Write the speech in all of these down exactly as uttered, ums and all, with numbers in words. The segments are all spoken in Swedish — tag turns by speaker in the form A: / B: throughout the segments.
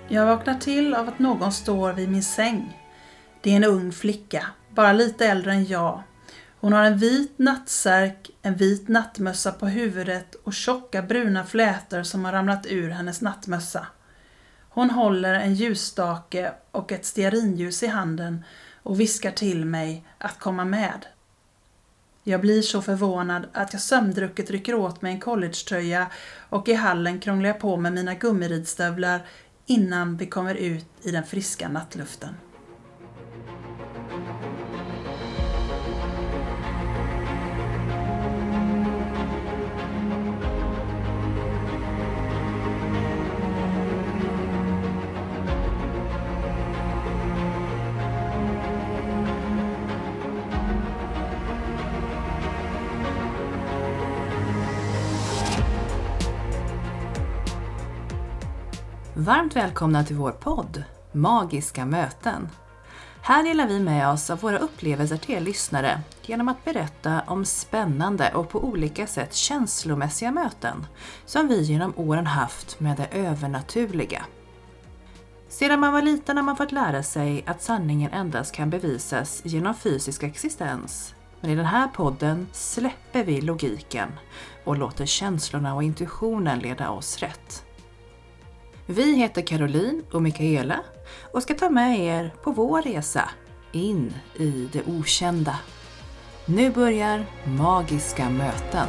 A: Jag vaknar till av att någon står vid min säng. Det är en ung flicka, bara lite äldre än jag. Hon har en vit nattsärk, en vit nattmössa på huvudet och tjocka bruna flätor som har ramlat ur hennes nattmössa. Hon håller en ljusstake och ett stearinljus i handen och viskar till mig att komma med. Jag blir så förvånad att jag sömndrucket rycker åt mig en collegetröja och i hallen krånglar jag på med mina gummiridstövlar innan vi kommer ut i den friska nattluften.
B: Varmt välkomna till vår podd, Magiska möten. Här delar vi med oss av våra upplevelser till er lyssnare genom att berätta om spännande och på olika sätt känslomässiga möten som vi genom åren haft med det övernaturliga. Sedan man var liten har man fått lära sig att sanningen endast kan bevisas genom fysisk existens. Men i den här podden släpper vi logiken och låter känslorna och intuitionen leda oss rätt. Vi heter Caroline och Mikaela och ska ta med er på vår resa in i det okända. Nu börjar Magiska möten.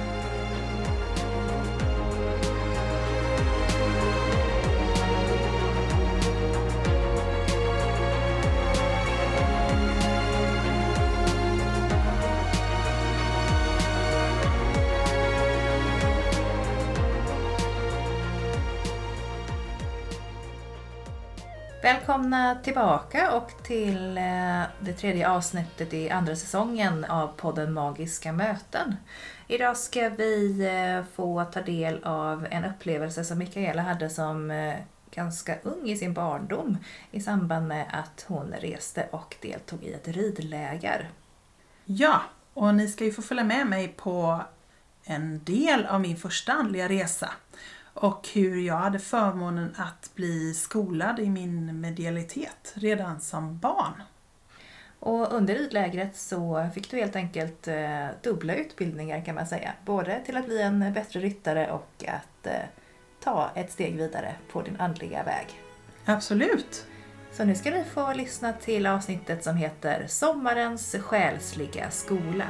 C: Välkomna tillbaka och till det tredje avsnittet i andra säsongen av podden Magiska möten. Idag ska vi få ta del av en upplevelse som Mikaela hade som ganska ung i sin barndom i samband med att hon reste och deltog i ett ridläger.
A: Ja, och ni ska ju få följa med mig på en del av min första andliga resa. Och hur jag hade förmånen att bli skolad i min medialitet redan som barn.
C: Och under ridlägret så fick du helt enkelt eh, dubbla utbildningar kan man säga. Både till att bli en bättre ryttare och att eh, ta ett steg vidare på din andliga väg.
A: Absolut!
C: Så nu ska ni få lyssna till avsnittet som heter Sommarens själsliga skola.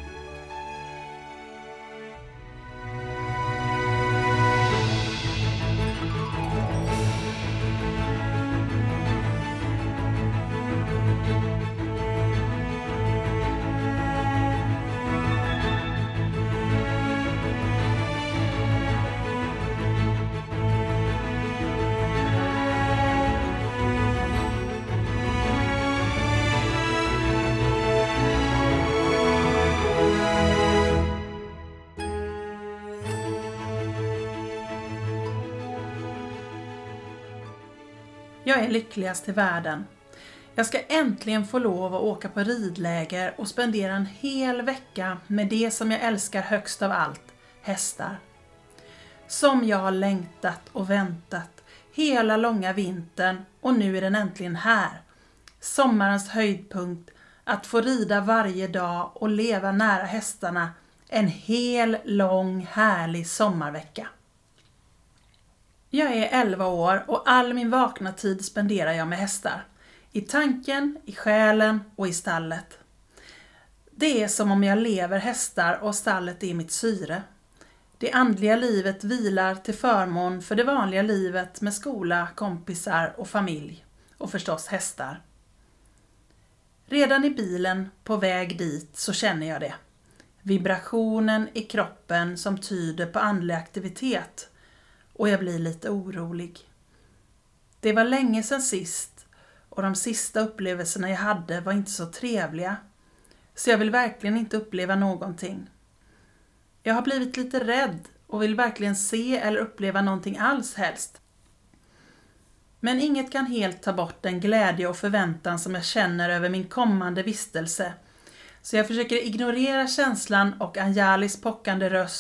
A: Jag är lyckligast i världen. Jag ska äntligen få lov att åka på ridläger och spendera en hel vecka med det som jag älskar högst av allt, hästar. Som jag har längtat och väntat hela långa vintern och nu är den äntligen här. Sommarens höjdpunkt, att få rida varje dag och leva nära hästarna en hel lång härlig sommarvecka. Jag är elva år och all min vakna tid spenderar jag med hästar. I tanken, i själen och i stallet. Det är som om jag lever hästar och stallet är mitt syre. Det andliga livet vilar till förmån för det vanliga livet med skola, kompisar och familj. Och förstås hästar. Redan i bilen på väg dit så känner jag det. Vibrationen i kroppen som tyder på andlig aktivitet. Och jag blir lite orolig. Det var länge sedan sist och de sista upplevelserna jag hade var inte så trevliga. Så jag vill verkligen inte uppleva någonting. Jag har blivit lite rädd och vill verkligen se eller uppleva någonting alls helst. Men inget kan helt ta bort den glädje och förväntan som jag känner över min kommande vistelse. Så jag försöker ignorera känslan och Anjalis pockande röst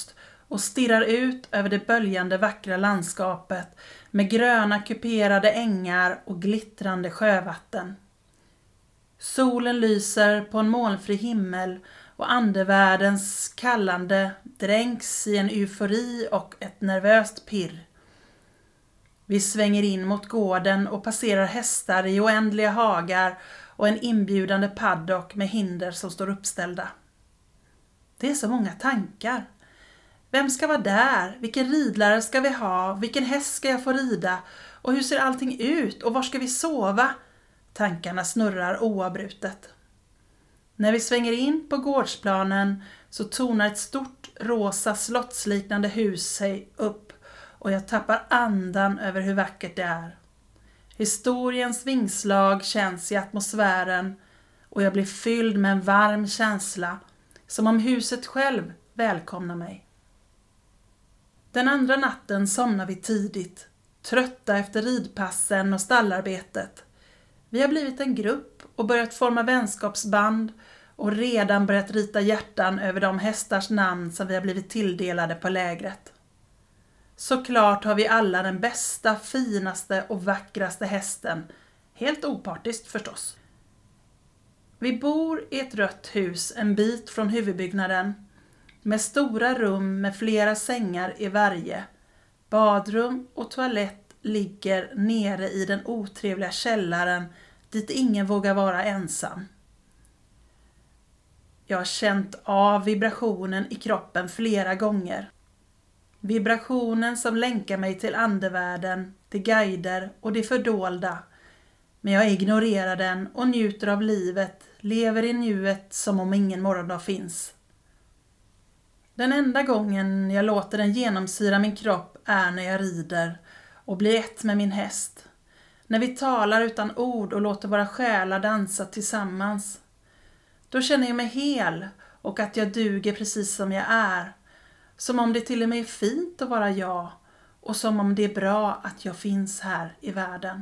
A: och stirrar ut över det böljande vackra landskapet med gröna kuperade ängar och glittrande sjövatten. Solen lyser på en molnfri himmel och andevärldens kallande dränks i en eufori och ett nervöst pirr. Vi svänger in mot gården och passerar hästar i oändliga hagar och en inbjudande paddock med hinder som står uppställda. Det är så många tankar. Vem ska vara där? Vilken ridlärare ska vi ha? Vilken häst ska jag få rida? Och hur ser allting ut? Och var ska vi sova? Tankarna snurrar oavbrutet. När vi svänger in på gårdsplanen så tonar ett stort rosa slottsliknande hus sig upp och jag tappar andan över hur vackert det är. Historiens vingslag känns i atmosfären och jag blir fylld med en varm känsla, som om huset själv välkomnar mig. Den andra natten somnar vi tidigt, trötta efter ridpassen och stallarbetet. Vi har blivit en grupp och börjat forma vänskapsband och redan börjat rita hjärtan över de hästars namn som vi har blivit tilldelade på lägret. Såklart har vi alla den bästa, finaste och vackraste hästen, helt opartiskt förstås. Vi bor i ett rött hus en bit från huvudbyggnaden med stora rum med flera sängar i varje. Badrum och toalett ligger nere i den otrevliga källaren dit ingen vågar vara ensam. Jag har känt av vibrationen i kroppen flera gånger. Vibrationen som länkar mig till andevärlden, till guider och det fördolda. Men jag ignorerar den och njuter av livet, lever i nuet som om ingen morgondag finns. Den enda gången jag låter den genomsyra min kropp är när jag rider och blir ett med min häst. När vi talar utan ord och låter våra själar dansa tillsammans. Då känner jag mig hel och att jag duger precis som jag är. Som om det till och med är fint att vara jag och som om det är bra att jag finns här i världen.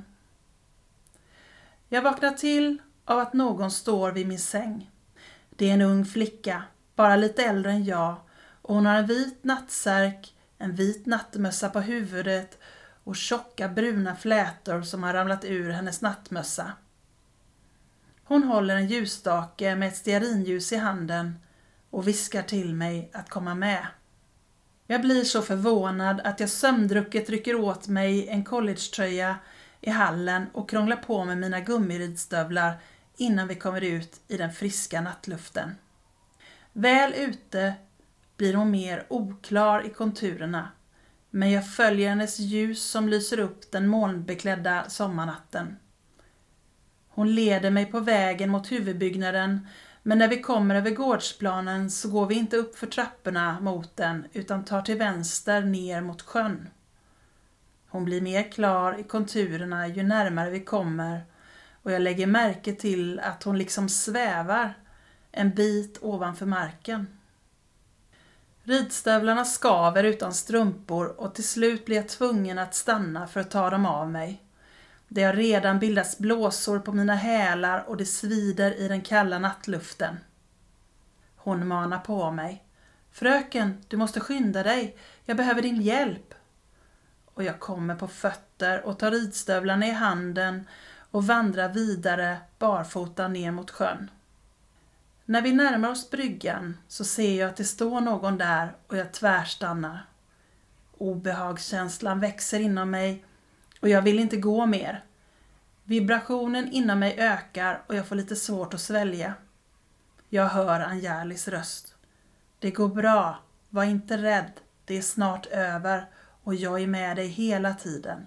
A: Jag vaknar till av att någon står vid min säng. Det är en ung flicka, bara lite äldre än jag, och hon har en vit nattsärk, en vit nattmössa på huvudet och tjocka bruna flätor som har ramlat ur hennes nattmössa. Hon håller en ljusstake med ett stearinljus i handen och viskar till mig att komma med. Jag blir så förvånad att jag sömndrucket rycker åt mig en collegetröja i hallen och krånglar på med mina gummiridstövlar innan vi kommer ut i den friska nattluften. Väl ute blir hon mer oklar i konturerna, men jag följer hennes ljus som lyser upp den molnbeklädda sommarnatten. Hon leder mig på vägen mot huvudbyggnaden, men när vi kommer över gårdsplanen så går vi inte upp för trapporna mot den utan tar till vänster ner mot sjön. Hon blir mer klar i konturerna ju närmare vi kommer och jag lägger märke till att hon liksom svävar en bit ovanför marken. Ridstövlarna skaver utan strumpor och till slut blir jag tvungen att stanna för att ta dem av mig. Det har redan bildats blåsor på mina hälar och det svider i den kalla nattluften. Hon manar på mig. Fröken, du måste skynda dig. Jag behöver din hjälp. Och jag kommer på fötter och tar ridstövlarna i handen och vandrar vidare barfota ner mot sjön. När vi närmar oss bryggan så ser jag att det står någon där och jag tvärstannar. Obehagskänslan växer inom mig och jag vill inte gå mer. Vibrationen inom mig ökar och jag får lite svårt att svälja. Jag hör Anjälis röst. Det går bra, var inte rädd, det är snart över och jag är med dig hela tiden.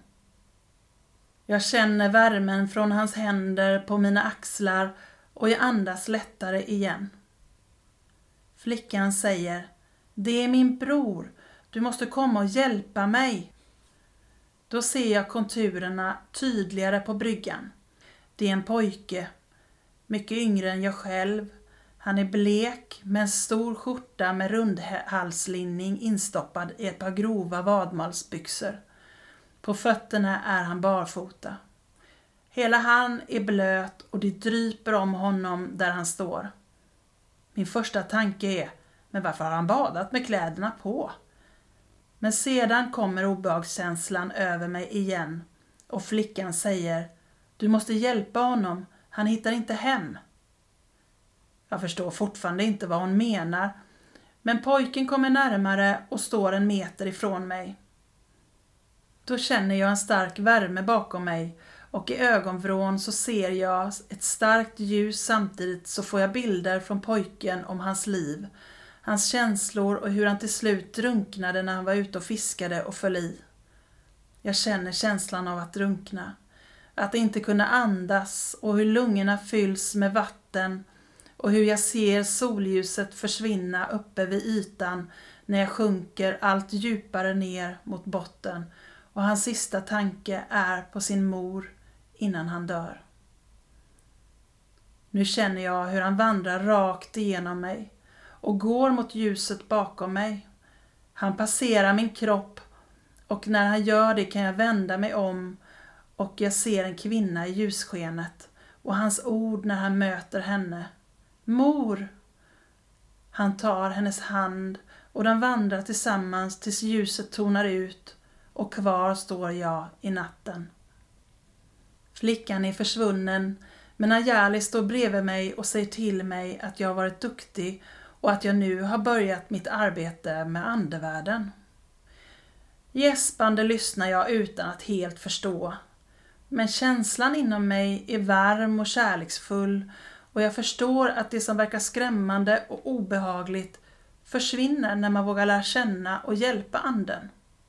A: Jag känner värmen från hans händer på mina axlar och jag andas lättare igen. Flickan säger, det är min bror, du måste komma och hjälpa mig. Då ser jag konturerna tydligare på bryggan. Det är en pojke, mycket yngre än jag själv. Han är blek med en stor skjorta med rundhalslinning instoppad i ett par grova vadmalsbyxor. På fötterna är han barfota. Hela han är blöt och det dryper om honom där han står. Min första tanke är, men varför har han badat med kläderna på? Men sedan kommer obehagskänslan över mig igen och flickan säger: du måste hjälpa honom, han hittar inte hem. Jag förstår fortfarande inte vad hon menar, men pojken kommer närmare och står en meter ifrån mig. Då känner jag en stark värme bakom mig och i ögonvrån så ser jag ett starkt ljus, samtidigt så får jag bilder från pojken om hans liv, hans känslor och hur han till slut drunknade när han var ute och fiskade och föll i. Jag känner känslan av att drunkna, att inte kunna andas och hur lungorna fylls med vatten och hur jag ser solljuset försvinna uppe vid ytan när jag sjunker allt djupare ner mot botten och hans sista tanke är på sin mor innan han dör. Nu känner jag hur han vandrar rakt igenom mig och går mot ljuset bakom mig. Han passerar min kropp och när han gör det kan jag vända mig om och jag ser en kvinna i ljusskenet och hans ord när han möter henne. Mor! Han tar hennes hand och de vandrar tillsammans tills ljuset tonar ut och kvar står jag i natten. Flickan är försvunnen, men Ayali står bredvid mig och säger till mig att jag har varit duktig och att jag nu har börjat mitt arbete med andevärlden. Gäspande lyssnar jag utan att helt förstå, men känslan inom mig är varm och kärleksfull och jag förstår att det som verkar skrämmande och obehagligt försvinner när man vågar lära känna och hjälpa anden.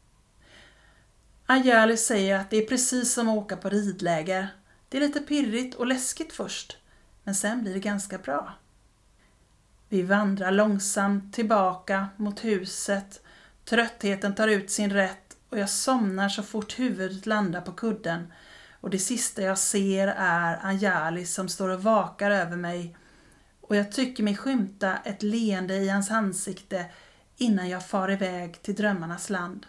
A: Ayali säger att det är precis som att åka på ridläger. Det är lite pirrigt och läskigt först, men sen blir det ganska bra. Vi vandrar långsamt tillbaka mot huset. Tröttheten tar ut sin rätt och jag somnar så fort huvudet landar på kudden. Och det sista jag ser är Ayali som står och vakar över mig. Och jag tycker mig skymta ett leende i hans ansikte innan jag far iväg till drömmarnas land.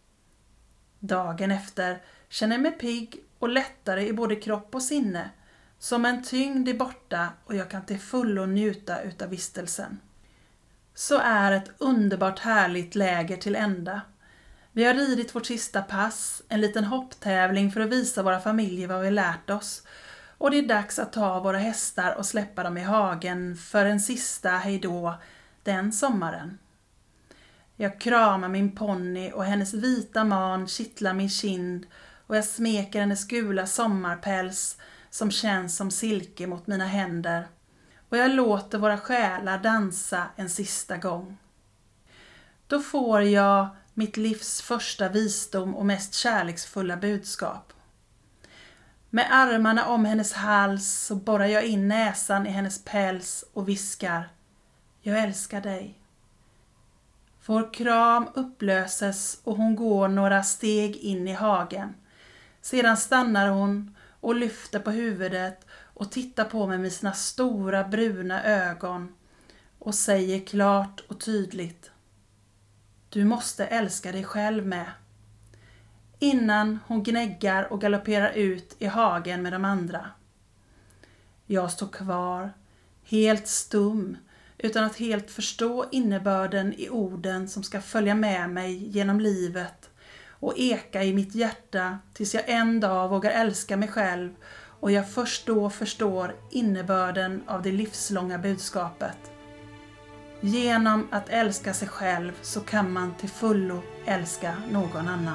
A: Dagen efter känner jag mig pigg och lättare i både kropp och sinne. Som en tyngd är borta och jag kan till fullo njuta utav vistelsen. Så är ett underbart härligt läger till ända. Vi har ridit vårt sista pass, en liten hopptävling för att visa våra familjer vad vi lärt oss. Och det är dags att ta våra hästar och släppa dem i hagen för en sista hejdå den sommaren. Jag kramar min ponny och hennes vita man kittlar min kind och jag smeker hennes gula sommarpäls som känns som silke mot mina händer. Och jag låter våra själar dansa en sista gång. Då får jag mitt livs första visdom och mest kärleksfulla budskap. Med armarna om hennes hals så borrar jag in näsan i hennes päls och viskar: jag älskar dig. Vår kram upplöses och hon går några steg in i hagen. Sedan stannar hon och lyfter på huvudet och tittar på mig med sina stora bruna ögon och säger klart och tydligt: du måste älska dig själv med. Innan hon gnäggar och galopperar ut i hagen med de andra. Jag står kvar, helt stum, utan att helt förstå innebörden i orden som ska följa med mig genom livet och eka i mitt hjärta tills jag en dag vågar älska mig själv och jag först då förstår innebörden av det livslånga budskapet. Genom att älska sig själv så kan man till fullo älska någon annan.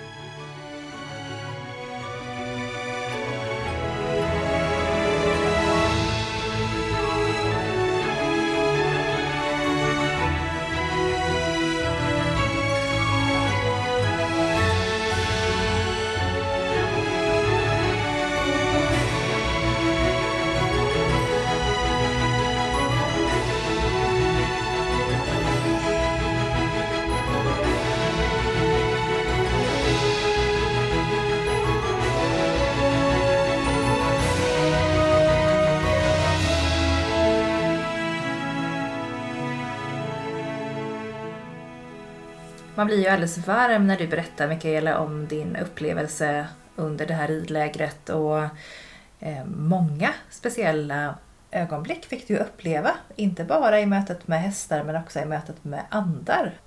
C: Man blir ju alldeles varm när du berättar, Mikaela, om din upplevelse under det här ridlägret och eh, många speciella ögonblick fick du uppleva, inte bara i mötet med hästar men också i mötet med andar.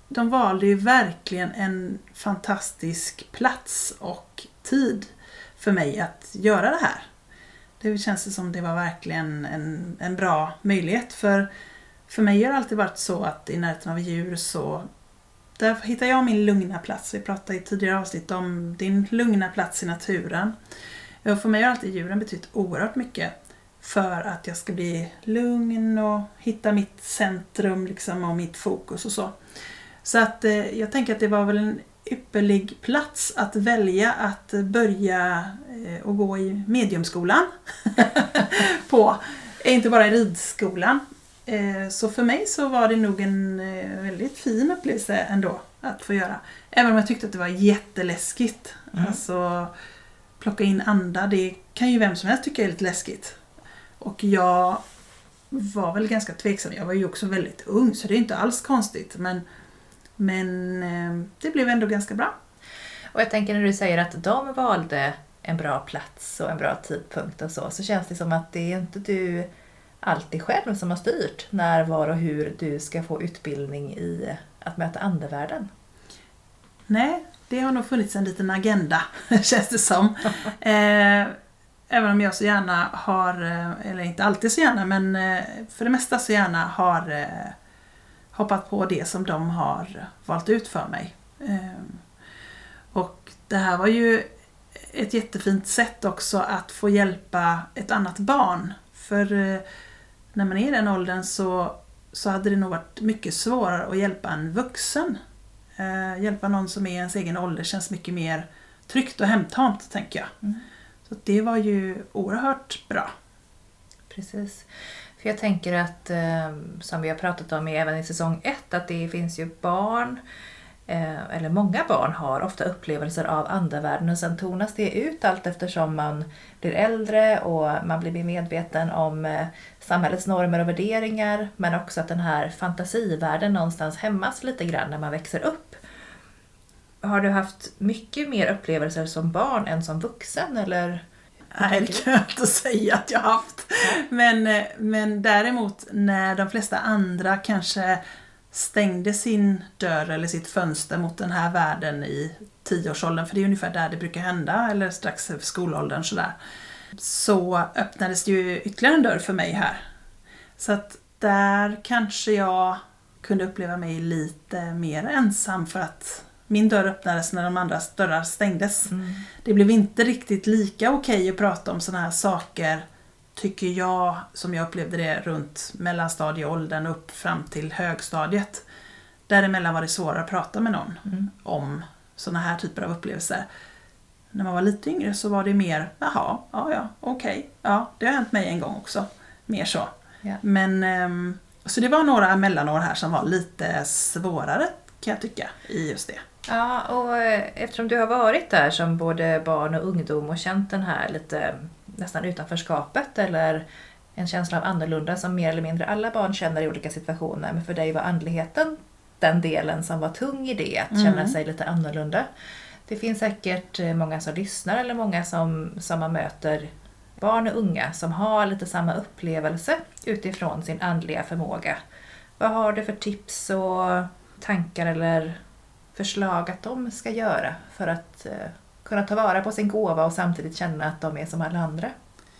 A: de valde ju verkligen en fantastisk plats och tid för mig att göra det här. Det känns som det var verkligen en, en bra möjlighet. För, för mig har det alltid varit så att i närheten av djur så där hittar jag min lugna plats. Vi pratade i tidigare avsnitt om din lugna plats i naturen. Och för mig har alltid djuren betytt oerhört mycket för att jag ska bli lugn och hitta mitt centrum liksom, och mitt fokus och så. Så att eh, jag tänker att det var väl en ypperlig plats att välja att börja eh, och gå i mediumskolan på, inte bara i ridskolan. Eh, så för mig så var det nog en eh, väldigt fin upplevelse ändå att få göra. Även om jag tyckte att det var jätteläskigt. Mm. Alltså plocka in andar, det kan ju vem som helst tycka är lite läskigt. Och jag var väl ganska tveksam. Jag var ju också väldigt ung så det är inte alls konstigt. Men, men eh, det blev ändå ganska bra.
C: Och jag tänker när du säger att de valde en bra plats och en bra tidpunkt och så. Så känns det som att det är inte du alltid själv som har styrt när, var och hur du ska få utbildning i att möta andevärlden.
A: Nej, det har nog funnits en liten agenda känns det som. eh, Även om jag så gärna har, eller inte alltid så gärna, men för det mesta så gärna har hoppat på det som de har valt ut för mig. Och det här var ju ett jättefint sätt också att få hjälpa ett annat barn. För när man är i den åldern så, så hade det nog varit mycket svårare att hjälpa en vuxen. Hjälpa någon som är i ens egen ålder känns mycket mer tryggt och hemtamt, tänker jag. Mm. Så det var ju oerhört bra.
C: Precis. För jag tänker att, eh, som vi har pratat om även i säsong ett, att det finns ju barn, eh, eller många barn har ofta upplevelser av andevärlden och sen tonas det ut allt eftersom man blir äldre och man blir mer medveten om eh, samhällets normer och värderingar, men också att den här fantasivärlden någonstans hämmas lite grann när man växer upp. Har du haft mycket mer upplevelser som barn än som vuxen? Eller?
A: Nej, det kan jag inte säga att jag har haft. Men, men däremot när de flesta andra kanske stängde sin dörr eller sitt fönster mot den här världen i tioårsåldern, för det är ungefär där det brukar hända, eller strax efter skolåldern sådär, så öppnades det ju ytterligare en dörr för mig här. Så att där kanske jag kunde uppleva mig lite mer ensam för att min dörr öppnades när de andras dörrar stängdes. Mm. Det blev inte riktigt lika okej att prata om såna här saker, tycker jag, som jag upplevde det runt mellanstadieåldern upp fram till högstadiet. Däremellan var det svårare att prata med någon mm. om såna här typer av upplevelser. När man var lite yngre så var det mer, jaha, ja, ja, okej, ja, det har hänt mig en gång också. Mer så. Ja. Men, um, så det var några mellanår här som var lite svårare, kan jag tycka, i just det.
C: Ja, och eftersom du har varit där som både barn och ungdom och känt den här lite nästan utanförskapet eller en känsla av annorlunda som mer eller mindre alla barn känner i olika situationer, men för dig var andligheten den delen som var tung i det, att känna mm. sig lite annorlunda. Det finns säkert många som lyssnar eller många som, som man möter, barn och unga som har lite samma upplevelse utifrån sin andliga förmåga. Vad har du för tips och tankar eller förslag att de ska göra för att eh, kunna ta vara på sin gåva och samtidigt känna att de är som alla andra?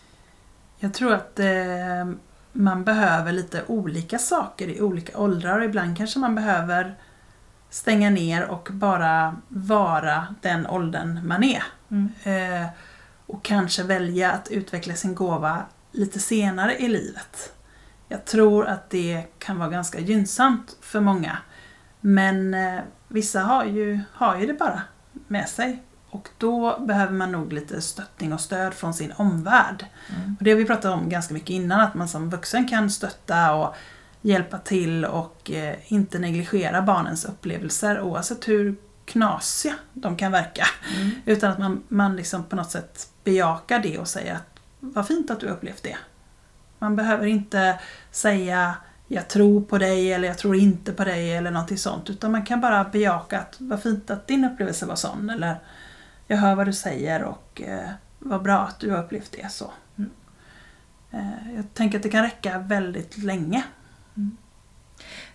A: Jag tror att eh, man behöver lite olika saker i olika åldrar och ibland kanske man behöver stänga ner och bara vara den åldern man är. Mm. Eh, och kanske välja att utveckla sin gåva lite senare i livet. Jag tror att det kan vara ganska gynnsamt för många. Men eh, vissa har ju, har ju det bara med sig. Och då behöver man nog lite stöttning och stöd från sin omvärld. Mm. Och det har vi pratat om ganska mycket innan. Att man som vuxen kan stötta och hjälpa till och eh, inte negligera barnens upplevelser. Oavsett hur knasiga de kan verka. Mm. Utan att man, man liksom på något sätt bejakar det och säger att vad fint att du upplevt det. Man behöver inte säga jag tror på dig eller jag tror inte på dig eller någonting sånt. Utan man kan bara bejaka att vad fint att din upplevelse var sån. Eller jag hör vad du säger och eh, vad bra att du har upplevt det så. Mm. Eh, jag tänker att det kan räcka väldigt länge.
C: Mm.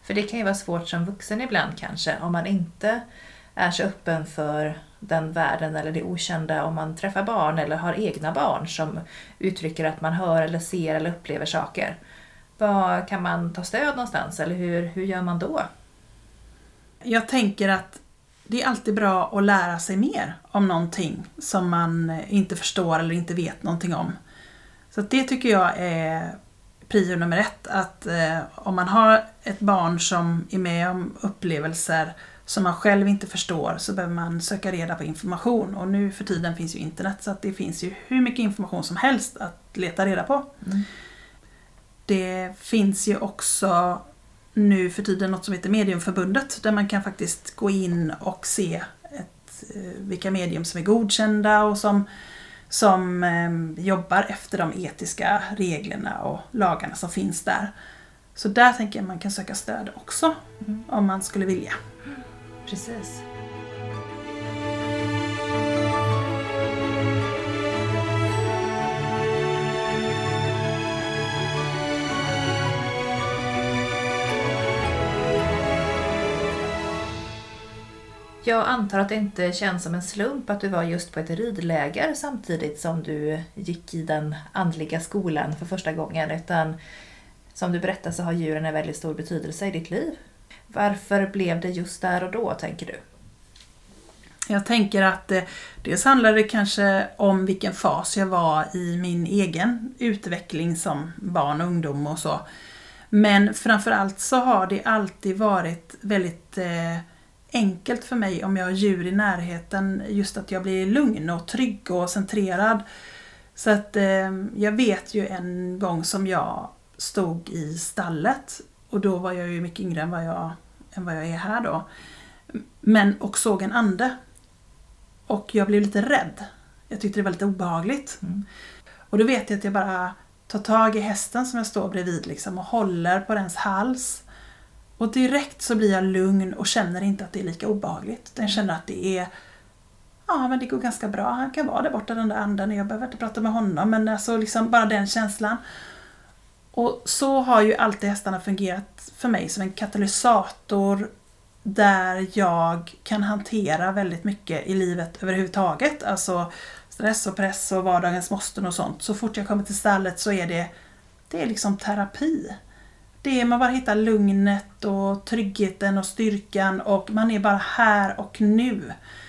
C: För det kan ju vara svårt som vuxen ibland kanske, om man inte är så öppen för den världen eller det okända, om man träffar barn eller har egna barn som uttrycker att man hör eller ser eller upplever saker. Var kan man ta stöd någonstans, eller hur, hur gör man då?
A: Jag tänker att det är alltid bra att lära sig mer om någonting som man inte förstår eller inte vet någonting om. Så att det tycker jag är prio nummer ett. Att eh, om man har ett barn som är med om upplevelser som man själv inte förstår, så behöver man söka reda på information. Och nu för tiden finns ju internet, så att det finns ju hur mycket information som helst att leta reda på. Mm. Det finns ju också nu för tiden något som heter Mediumförbundet, där man kan faktiskt gå in och se ett, vilka medium som är godkända och som, som eh, jobbar efter de etiska reglerna och lagarna som finns där. Så där tänker jag man kan söka stöd också, mm. om man skulle vilja.
C: Precis. Jag antar att det inte känns som en slump att du var just på ett ridläger samtidigt som du gick i den andliga skolan för första gången, utan som du berättade så har djuren en väldigt stor betydelse i ditt liv. Varför blev det just där och då, tänker du?
A: Jag tänker att det, dels handlar det kanske om vilken fas jag var i min egen utveckling som barn och ungdom och så. Men framförallt så har det alltid varit väldigt eh, enkelt för mig om jag har djur i närheten, just att jag blir lugn och trygg och centrerad. Så att eh, jag vet ju en gång som jag stod i stallet, och då var jag ju mycket yngre än vad jag, än vad jag är här då. Men och såg en ande. Och jag blev lite rädd. Jag tyckte det var lite obehagligt. Mm. Och då vet jag att jag bara tar tag i hästen som jag står bredvid liksom, och håller på dens hals. Och direkt så blir jag lugn och känner inte att det är lika obehagligt. Jag känner att det är, ja men det går ganska bra. Han kan vara där borta, den där anden. Jag behöver inte prata med honom. Men alltså liksom bara den känslan. Och så har ju alltid hästarna fungerat för mig som en katalysator där jag kan hantera väldigt mycket i livet överhuvudtaget. Alltså stress och press och vardagens måsten och sånt. Så fort jag kommer till stallet så är det, det är liksom terapi. Det är man bara hittar lugnet och tryggheten och styrkan, och man är bara här och nu.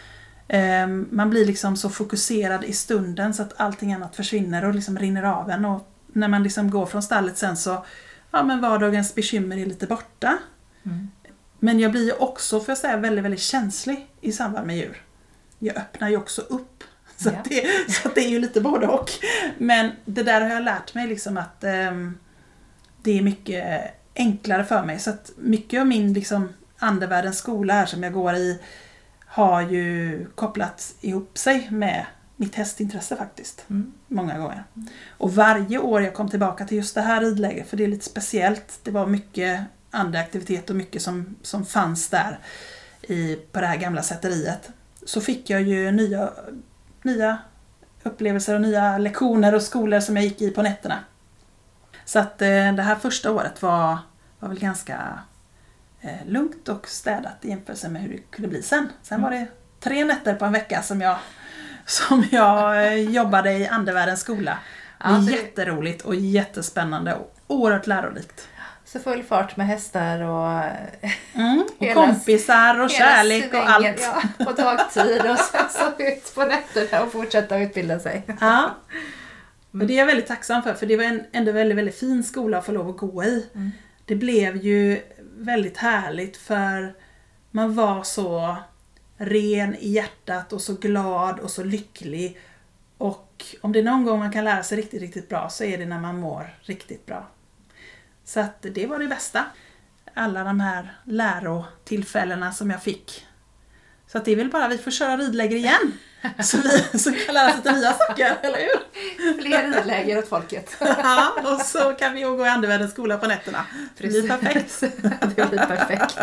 A: Man blir liksom så fokuserad i stunden så att allting annat försvinner och liksom rinner av en, och när man liksom går från stallet sen så, ja men vardagens bekymmer är lite borta. Mm. Men jag blir ju också, för jag säga, väldigt, väldigt känslig i samband med djur. Jag öppnar ju också upp. Så, yeah. att, det, så att det är ju lite både och. Men det där har jag lärt mig liksom att um, det är mycket enklare för mig. Så att mycket av min liksom andevärldens skola här som jag går i har ju kopplat ihop sig med mitt hästintresse faktiskt. Mm. Många gånger. Mm. Och varje år jag kom tillbaka till just det här ridläget, för det är lite speciellt. Det var mycket andra aktivitet och mycket som, som fanns där i, på det här gamla sätteriet. Så fick jag ju nya, nya upplevelser och nya lektioner och skolor som jag gick i på nätterna. Så att eh, det här första året var, var väl ganska eh, lugnt och städat i jämförelse med hur det kunde bli sen. Sen var det tre nätter på en vecka som jag, som jag eh, jobbade i andevärldens skola. Ja, det... Jätteroligt och jättespännande och oerhört lärorikt.
C: Så full fart med hästar och,
A: mm, och hela, kompisar och kärlek svängen, och allt.
C: Ja, på dagtid och sen så ut på nätterna och fortsätta utbilda sig.
A: Ja, och det är jag väldigt tacksam för. För det var en ändå väldigt, väldigt fin skola att få lov att gå i. Mm. Det blev ju väldigt härligt för man var så ren i hjärtat och så glad och så lycklig. Och om det är någon gång man kan lära sig riktigt, riktigt bra så är det när man mår riktigt bra. Så att det var det bästa. Alla de här lärotillfällena som jag fick. Så att det är väl bara vi får köra ridläger igen. Så vi så kan lära sig nya saker, eller hur?
C: Fler ridläger åt folket.
A: Ja, och så kan vi ju gå i andevärldens skola på nätterna. Det blir perfekt.
C: Det blir perfekt.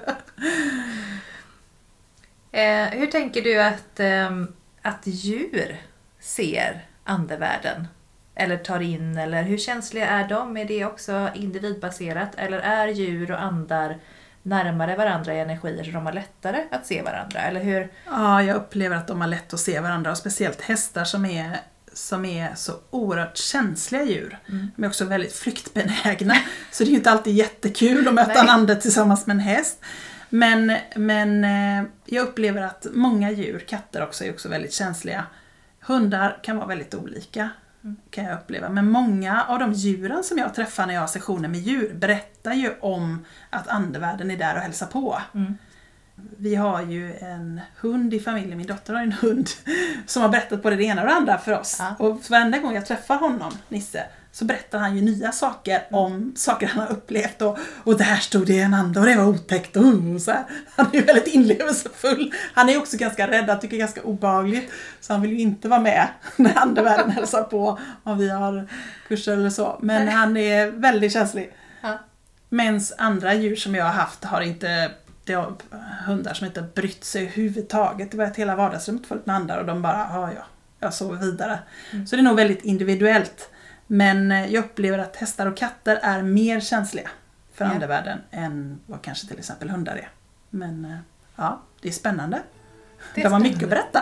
C: eh, hur tänker du att, eh, att djur ser andevärlden? eller tar in, eller hur känsliga är de? Är det också individbaserat, eller är djur och andar närmare varandra i energier så de har lättare att se varandra, eller hur?
A: Ja, jag upplever att de har lätt att se varandra, och speciellt hästar som är, som är så oerhört känsliga djur. Mm. De är också väldigt flyktbenägna, så det är ju inte alltid jättekul att möta Nej. en ande tillsammans med en häst. Men, men jag upplever att många djur, katter också, är också väldigt känsliga. Hundar kan vara väldigt olika, kan jag uppleva. Men många av de djuren som jag träffar när jag har sessioner med djur berättar ju om att andevärlden är där och hälsar på. Mm. Vi har ju en hund i familjen, min dotter har en hund som har berättat både det ena och det andra för oss. Ja. Och varenda gång jag träffar honom, Nisse, så berättar han ju nya saker om saker han har upplevt. Och, och där stod det en ande och det var otäckt. Och så här. Han är ju väldigt inlevelsefull. Han är också ganska rädd, han tycker det är ganska obehagligt. Så han vill ju inte vara med när andevärlden hälsar på om vi har kurser eller så. Men han är väldigt känslig. Ja. Medan andra djur som jag har haft har inte... Det är hundar som inte har brytt sig överhuvudtaget. Det var ett hela vardagsrummet fullt med andar och de bara, ja, ja, jag sover vidare. Mm. Så det är nog väldigt individuellt. Men jag upplever att hästar och katter är mer känsliga för ja. andevärlden än vad kanske till exempel hundar är. Men ja, det är spännande. Det, är det var mycket att berätta.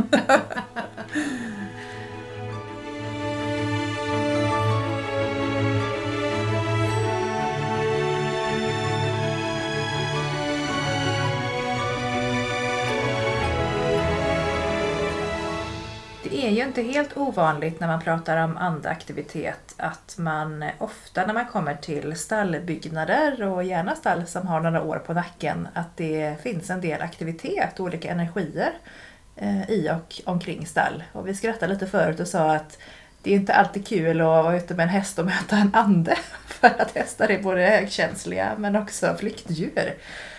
C: Det är ju inte helt ovanligt när man pratar om andaktivitet att man ofta när man kommer till stallbyggnader och gärna stall som har några år på nacken, att det finns en del aktivitet, olika energier eh, i och omkring stall. Och vi skrattade lite förut och sa att det är inte alltid kul att vara ute med en häst och möta en ande, för att hästar är både högkänsliga men också flyktdjur.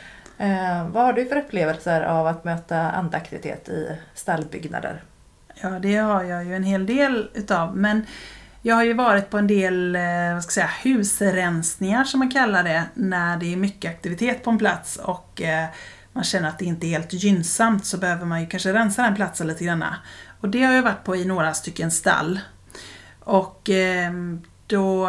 C: Eh, vad har du för upplevelser av att möta andaktivitet i stallbyggnader?
A: Ja, det har jag ju en hel del utav, men jag har ju varit på en del vad ska jag säga, husrensningar som man kallar det, när det är mycket aktivitet på en plats och eh, man känner att det inte är helt gynnsamt, så behöver man ju kanske rensa den platsen lite grann. Och det har jag varit på i några stycken stall. Och eh, då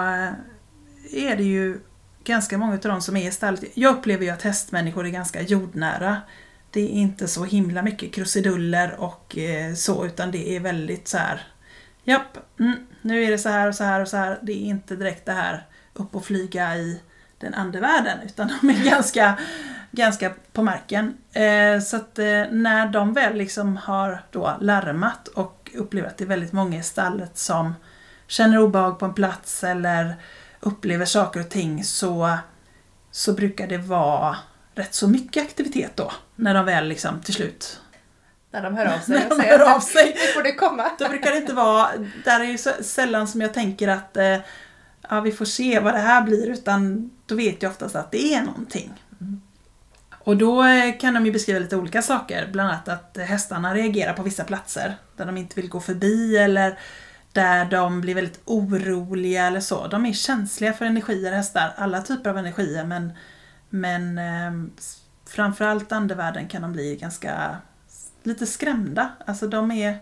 A: är det ju ganska många av de som är i stallet. Jag upplever ju att hästmänniskor är ganska jordnära. Det är inte så himla mycket krusiduller och eh, så, utan det är väldigt så här, japp, mm, nu är det så här och så här och så här. Det är inte direkt det här upp och flyga i den andevärlden, utan de är ganska, ganska på marken. Eh, så att eh, när de väl liksom har då larmat och upplever att det är väldigt många i stallet som känner obehag på en plats eller upplever saker och ting, så, så brukar det vara rätt så mycket aktivitet då, när de väl liksom till slut...
C: När de hör av sig.
A: När de hör av sig.
C: Nu får det komma.
A: Då brukar det inte vara... Där är ju så sällan som jag tänker att eh, ja, vi får se vad det här blir, utan då vet jag oftast att det är någonting. Mm. Och då eh, kan de ju beskriva lite olika saker. Bland annat att hästarna reagerar på vissa platser där de inte vill gå förbi, eller där de blir väldigt oroliga eller så. De är känsliga för energier, hästar. Alla typer av energier, men... Men eh, framförallt andevärlden kan de bli ganska lite skrämda. Alltså de är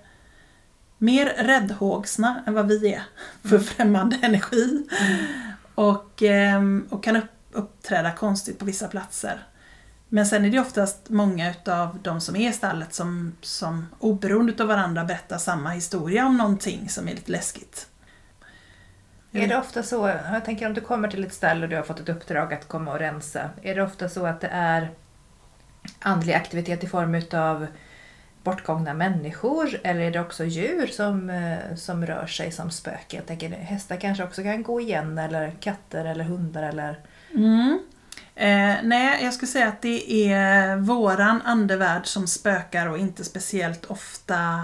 A: mer räddhågsna än vad vi är för främmande energi. Mm. Och, eh, och kan upp, uppträda konstigt på vissa platser. Men sen är det oftast många av de som är i stallet som, som oberoende av varandra berättar samma historia om någonting som är lite läskigt.
C: Är det ofta så, jag tänker om du kommer till ett ställe och du har fått ett uppdrag att komma och rensa, är det ofta så att det är andlig aktivitet i form av bortgångna människor, eller är det också djur som, som rör sig som spöken? Jag tänker hästar kanske också kan gå igen, eller katter eller hundar eller...
A: Mm. Eh, nej, jag skulle säga att det är våran andevärld som spökar och inte speciellt ofta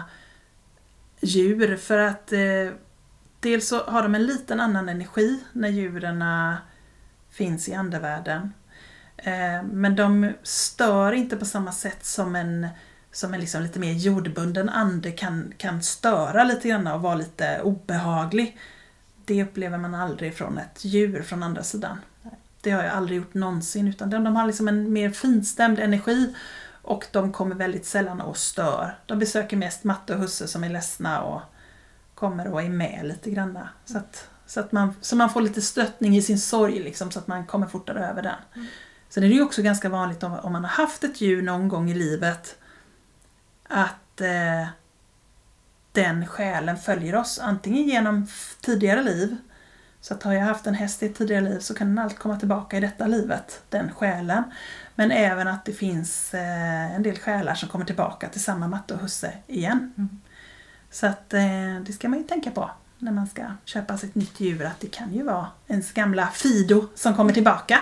A: djur, för att eh, dels så har de en liten annan energi när djuren finns i andevärlden. Eh, men de stör inte på samma sätt som en, som en liksom lite mer jordbunden ande kan, kan störa lite grann och vara lite obehaglig. Det upplever man aldrig från ett djur från andra sidan. Det har jag aldrig gjort någonsin, utan de, de har liksom en mer finstämd energi och de kommer väldigt sällan och stör. De besöker mest Matte och Husse som är ledsna och kommer och är med lite grann. Så att, så att man, så man får lite stöttning i sin sorg liksom, så att man kommer fortare över den. Mm. Sen är det ju också ganska vanligt om, om man har haft ett djur någon gång i livet att eh, den själen följer oss antingen genom tidigare liv. Så att har jag haft en häst i ett tidigare liv så kan den alltid komma tillbaka i detta livet, den själen. Men även att det finns eh, en del själar som kommer tillbaka till samma matte och husse igen. Mm. Så att eh, det ska man ju tänka på när man ska köpa sitt nytt djur, att det kan ju vara ens gamla Fido som kommer tillbaka.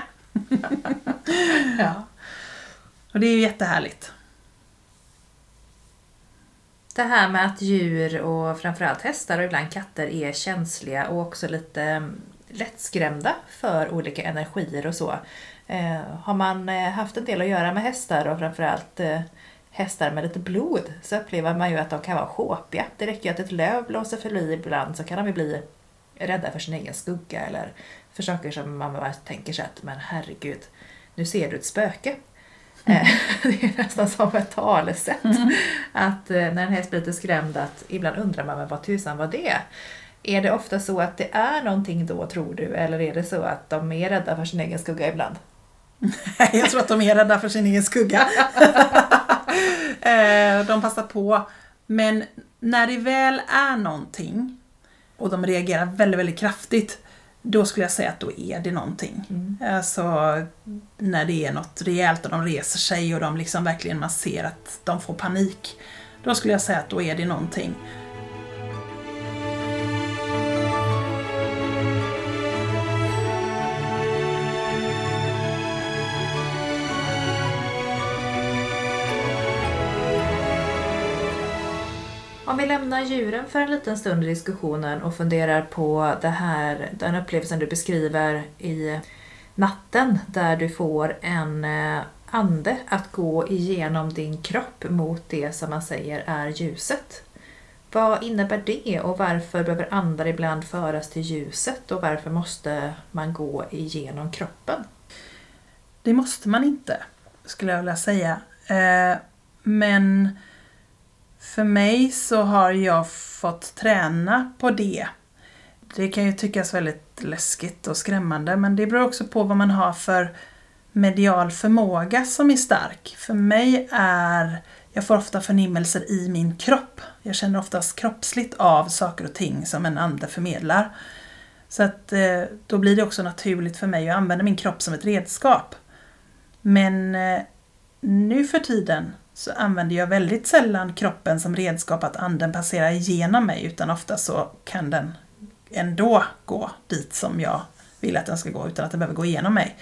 A: Ja. Och det är ju jättehärligt.
C: Det här med att djur och framförallt hästar och ibland katter är känsliga och också lite lättskrämda för olika energier och så. Eh, har man haft en del att göra med hästar och framförallt eh, hästar med lite blod, så upplever man ju att de kan vara sjåpiga. Det räcker ju att ett löv blåser förbi ibland, så kan de ju bli rädda för sin egen skugga eller för saker som man bara tänker sig att, men herregud, nu ser du ett spöke. Mm. Det är nästan som ett talesätt. Mm. Att när en häst blir lite skrämd, att ibland undrar man, men vad tusan var det? Är det ofta så att det är någonting då, tror du? Eller är det så att de är rädda för sin egen skugga ibland?
A: Jag tror att de är rädda för sin egen skugga. De passar på. Men när det väl är någonting och de reagerar väldigt, väldigt kraftigt, då skulle jag säga att då är det någonting. Mm. Alltså när det är något rejält och de reser sig och de liksom verkligen, man ser att de får panik, då skulle jag säga att då är det någonting.
C: Om vi lämnar djuren för en liten stund i diskussionen och funderar på det här, den upplevelsen du beskriver i natten, där du får en ande att gå igenom din kropp mot det som man säger är ljuset. Vad innebär det och varför behöver andar ibland föras till ljuset och varför måste man gå igenom kroppen?
A: Det måste man inte, skulle jag vilja säga. Men för mig så har jag fått träna på det. Det kan ju tyckas väldigt läskigt och skrämmande, men det beror också på vad man har för medial förmåga som är stark. För mig är, jag får ofta förnimmelser i min kropp. Jag känner oftast kroppsligt av saker och ting som en ande förmedlar. Så att då blir det också naturligt för mig att använda min kropp som ett redskap. Men nu för tiden så använder jag väldigt sällan kroppen som redskap att anden passerar igenom mig, utan ofta så kan den ändå gå dit som jag vill att den ska gå utan att den behöver gå igenom mig.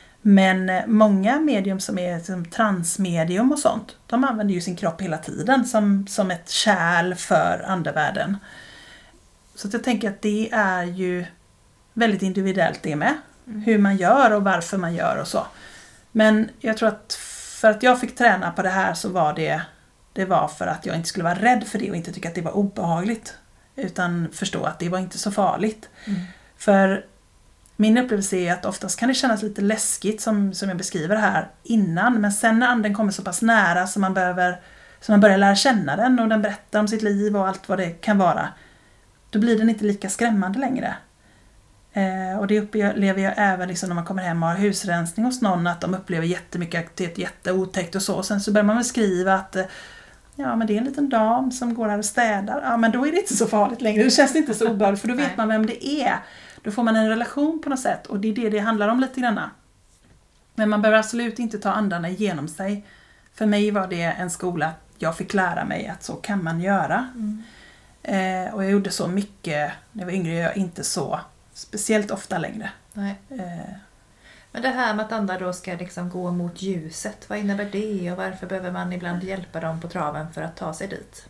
A: Men många medium som är som transmedium och sånt, de använder ju sin kropp hela tiden som, som ett kärl för andevärlden. Så att jag tänker att det är ju väldigt individuellt det med. Mm. Hur man gör och varför man gör och så. Men jag tror att för att jag fick träna på det här så var det, det var för att jag inte skulle vara rädd för det och inte tycka att det var obehagligt. Utan förstå att det var inte så farligt. Mm. För min upplevelse är att oftast kan det kännas lite läskigt som, som jag beskriver här innan. Men sen när anden kommer så pass nära så man, behöver, så man börjar lära känna den och den berättar om sitt liv och allt vad det kan vara. Då blir den inte lika skrämmande längre. Eh, och det upplever jag även liksom när man kommer hem och har husrensning hos någon, att de upplever jättemycket aktivitet, jätteotäckt och så. Och sen så börjar man väl skriva att ja, men det är en liten dam som går här och städar. Ja, men då är det inte så farligt längre. Det känns inte så obehagligt, för då vet man vem det är. Då får man en relation på något sätt, och det är det det handlar om lite grann. Men man behöver absolut inte ta andarna igenom sig. För mig var det en skola, jag fick lära mig att så kan man göra. Mm. Eh, och jag gjorde så mycket när jag var yngre, jag inte så speciellt ofta längre.
C: Nej. Eh. Men det här med att andar då ska liksom gå mot ljuset, vad innebär det och varför behöver man ibland hjälpa dem på traven för att ta sig dit?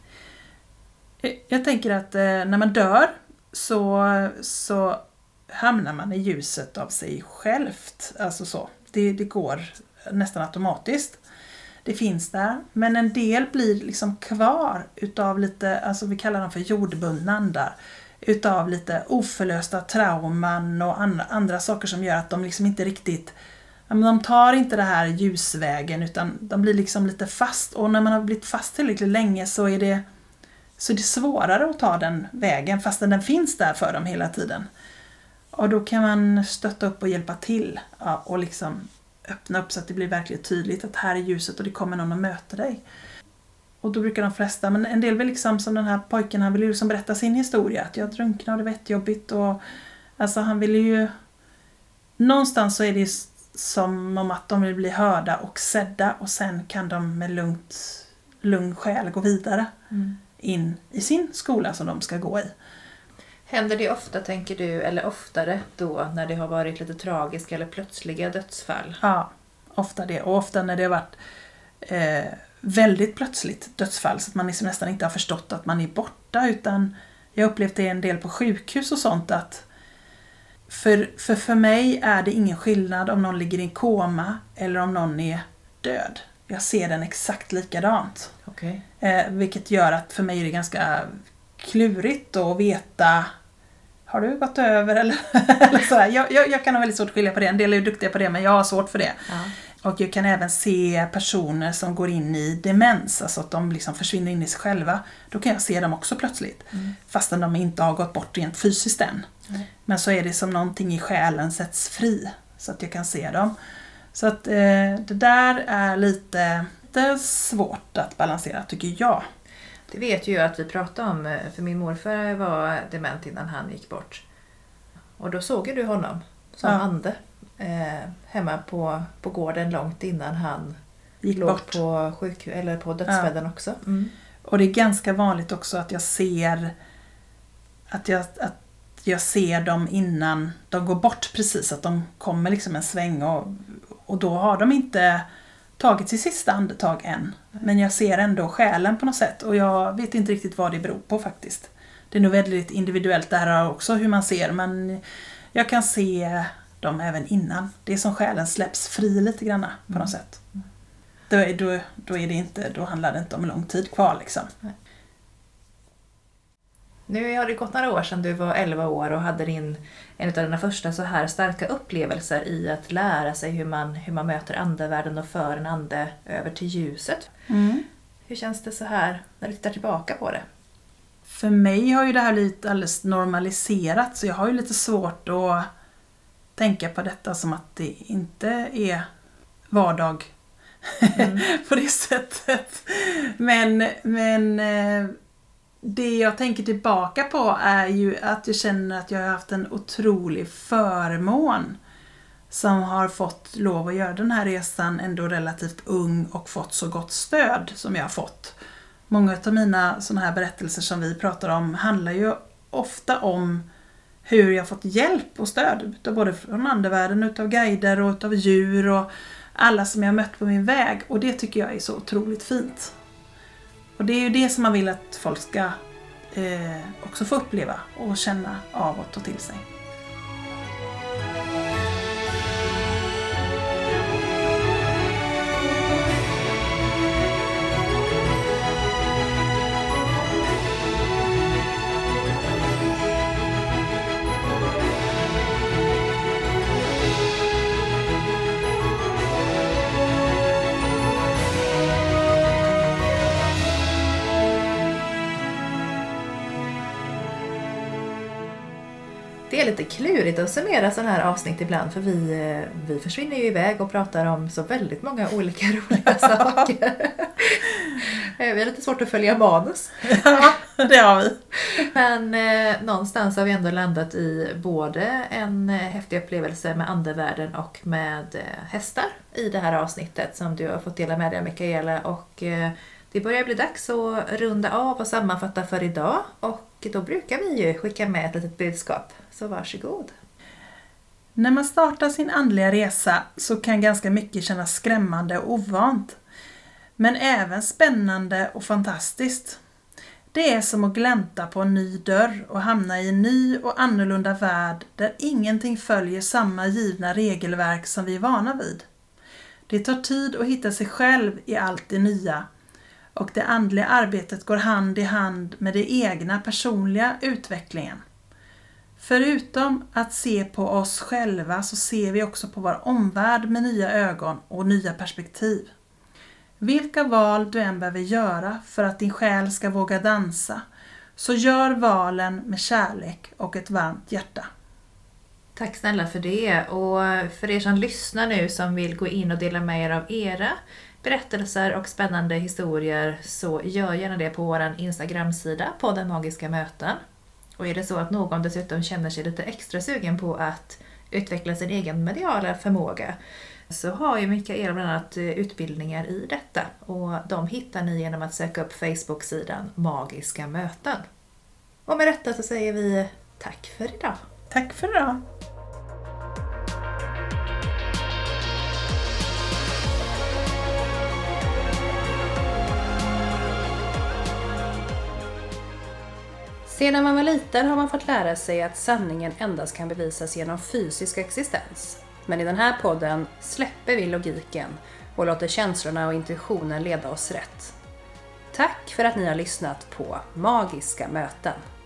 A: Jag tänker att eh, när man dör så, så hamnar man i ljuset av sig självt. Alltså så. Det, det går nästan automatiskt. Det finns där. Men en del blir liksom kvar utav lite, alltså vi kallar dem för jordbundna andar. Utav lite oförlösta trauman och andra, andra saker som gör att de liksom inte riktigt, de tar inte det här ljusvägen utan de blir liksom lite fast. Och när man har blivit fast tillräckligt länge så är det, Så det är svårare att ta den vägen fastän den finns där för dem hela tiden. Och då kan man stötta upp och hjälpa till. Ja, och liksom öppna upp så att det blir verkligen tydligt att här är ljuset och det kommer någon att möta dig. Och då brukar de flesta, men en del vill liksom som den här pojken, han vill ju liksom berätta sin historia. Att jag drunknade och det var jättejobbigt. Och, alltså han vill ju, någonstans så är det som om att de vill bli hörda och sedda. Och sen kan de med lugnt, lugn själ gå vidare mm. in i sin skola som de ska gå i.
C: Händer det ofta, tänker du, eller oftare då när det har varit lite tragiska eller plötsliga dödsfall?
A: Ja, ofta det. Och ofta när det har varit eh, väldigt plötsligt dödsfall så att man liksom nästan inte har förstått att man är borta. Utan jag upplevt det en del på sjukhus och sånt att för, för, för mig är det ingen skillnad om någon ligger i en koma eller om någon är död. Jag ser den exakt likadant.
C: Okay.
A: Eh, vilket gör att för mig är det ganska klurigt att veta, har du gått över eller, eller sådär. Jag, jag, jag kan ha väldigt svårt att skilja på det. En del är ju duktiga på det, men jag har svårt för det. Ja. Och jag kan även se personer som går in i demens, alltså att de liksom försvinner in i sig själva. Då kan jag se dem också plötsligt. Mm. Fastän de inte har gått bort rent fysiskt än. Mm. Men så är det som någonting i själen sätts fri. Så att jag kan se dem. Så att eh, det där är lite, lite svårt att balansera, tycker jag.
C: Det vet ju jag att vi pratade om, för min morfar var dement innan han gick bort. Och då såg du honom som ja. ande eh, hemma på, på gården långt innan han gick låg bort på sjukhus eller på dödsbädden ja. också. Mm.
A: Och det är ganska vanligt också att jag ser att jag, att jag ser dem innan de går bort precis, att de kommer liksom en sväng och, och då har de inte tagit sitt sista andetag än. Men jag ser ändå själen på något sätt. Och jag vet inte riktigt vad det beror på faktiskt. Det är nog väldigt individuellt det här också hur man ser. Men jag kan se dem även innan. Det är som själen släpps fri lite grann på något mm. sätt. Då, är, då, då, är det inte, då handlar det inte om lång tid kvar liksom.
C: Nej. Nu har det gått några år sedan du var elva år och hade din, en av dina första så här starka upplevelser i att lära sig hur man, hur man möter andevärlden och för en ande över till ljuset. Mm. Hur känns det så här när du tittar tillbaka på det?
A: För mig har ju det här blivit alldeles normaliserat, så jag har ju lite svårt att tänka på detta som att det inte är vardag mm. på det sättet. Men, men det jag tänker tillbaka på är ju att jag känner att jag har haft en otrolig förmån som har fått lov att göra den här resan ändå relativt ung och fått så gott stöd som jag har fått. Många av mina sådana här berättelser som vi pratar om handlar ju ofta om hur jag har fått hjälp och stöd utav både från andevärlden, utav guider och utav djur och alla som jag har mött på min väg, och det tycker jag är så otroligt fint. Och det är ju det som man vill att folk ska eh, också få uppleva och känna av och ta till sig.
C: Det är lite klurigt att summera sådana här avsnitt ibland, för vi, vi försvinner ju iväg och pratar om så väldigt många olika roliga saker. Vi har lite svårt att följa manus.
A: Ja, det har vi.
C: Men eh, någonstans har vi ändå landat i både en häftig upplevelse med andevärlden och med eh, hästar i det här avsnittet som du har fått dela med dig, Mikaela. Och eh, det börjar bli dags att runda av och sammanfatta för idag, och då brukar vi ju skicka med ett litet budskap. Så varsågod.
A: När man startar sin andliga resa så kan ganska mycket kännas skrämmande och ovant. Men även spännande och fantastiskt. Det är som att glänta på en ny dörr och hamna i en ny och annorlunda värld där ingenting följer samma givna regelverk som vi är vana vid. Det tar tid att hitta sig själv i allt det nya. Och det andliga arbetet går hand i hand med det egna personliga utvecklingen. Förutom att se på oss själva så ser vi också på vår omvärld med nya ögon och nya perspektiv. Vilka val du än behöver göra för att din själ ska våga dansa, så gör valen med kärlek och ett varmt hjärta.
C: Tack snälla för det, och för er som lyssnar nu som vill gå in och dela med er av era berättelser och spännande historier, så gör gärna det på vår Instagram-sida Podden Magiska Möten. Och är det så att någon dessutom känner sig lite extra sugen på att utveckla sin egen mediala förmåga, så har ju Mikaela bland annat utbildningar i detta, och de hittar ni genom att söka upp Facebook-sidan Magiska Möten. Och med detta så säger vi tack för idag.
A: Tack för idag.
B: Sedan man var liten har man fått lära sig att sanningen endast kan bevisas genom fysisk existens. Men i den här podden släpper vi logiken och låter känslorna och intuitionen leda oss rätt. Tack för att ni har lyssnat på Magiska Möten.